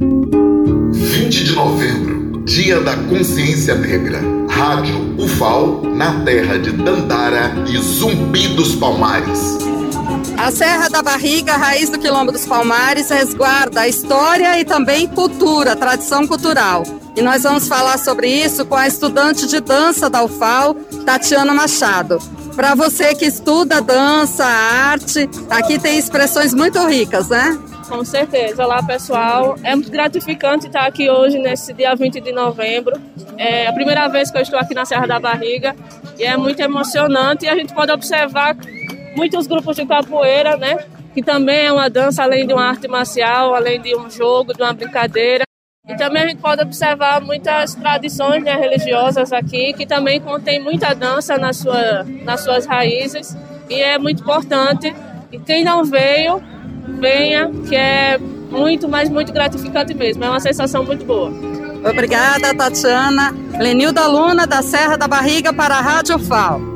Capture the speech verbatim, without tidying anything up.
vinte de novembro, Dia da Consciência Negra. Rádio U F A O, na terra de Dandara e Zumbi dos Palmares. A Serra da Barriga, raiz do Quilombo dos Palmares, resguarda a história e também cultura, tradição cultural. E nós vamos falar sobre isso com a estudante de dança da U F A O, Tatiana Machado. Para você que estuda dança, arte, aqui tem expressões muito ricas, né? Com certeza. Olá, pessoal. É muito gratificante estar aqui hoje, nesse dia vinte de novembro. É a primeira vez que eu estou aqui na Serra da Barriga e é muito emocionante. E a gente pode observar muitos grupos de capoeira, né? Que também é uma dança, além de uma arte marcial, além de um jogo, de uma brincadeira. E também a gente pode observar muitas tradições, né, religiosas aqui, que também contém muita dança na sua, nas suas raízes. E é muito importante. E quem não veio, venha, que é muito, mas muito gratificante mesmo. É uma sensação muito boa. Obrigada, Tatiana. Lenilda Luna, da Serra da Barriga, para a Rádio U F A O.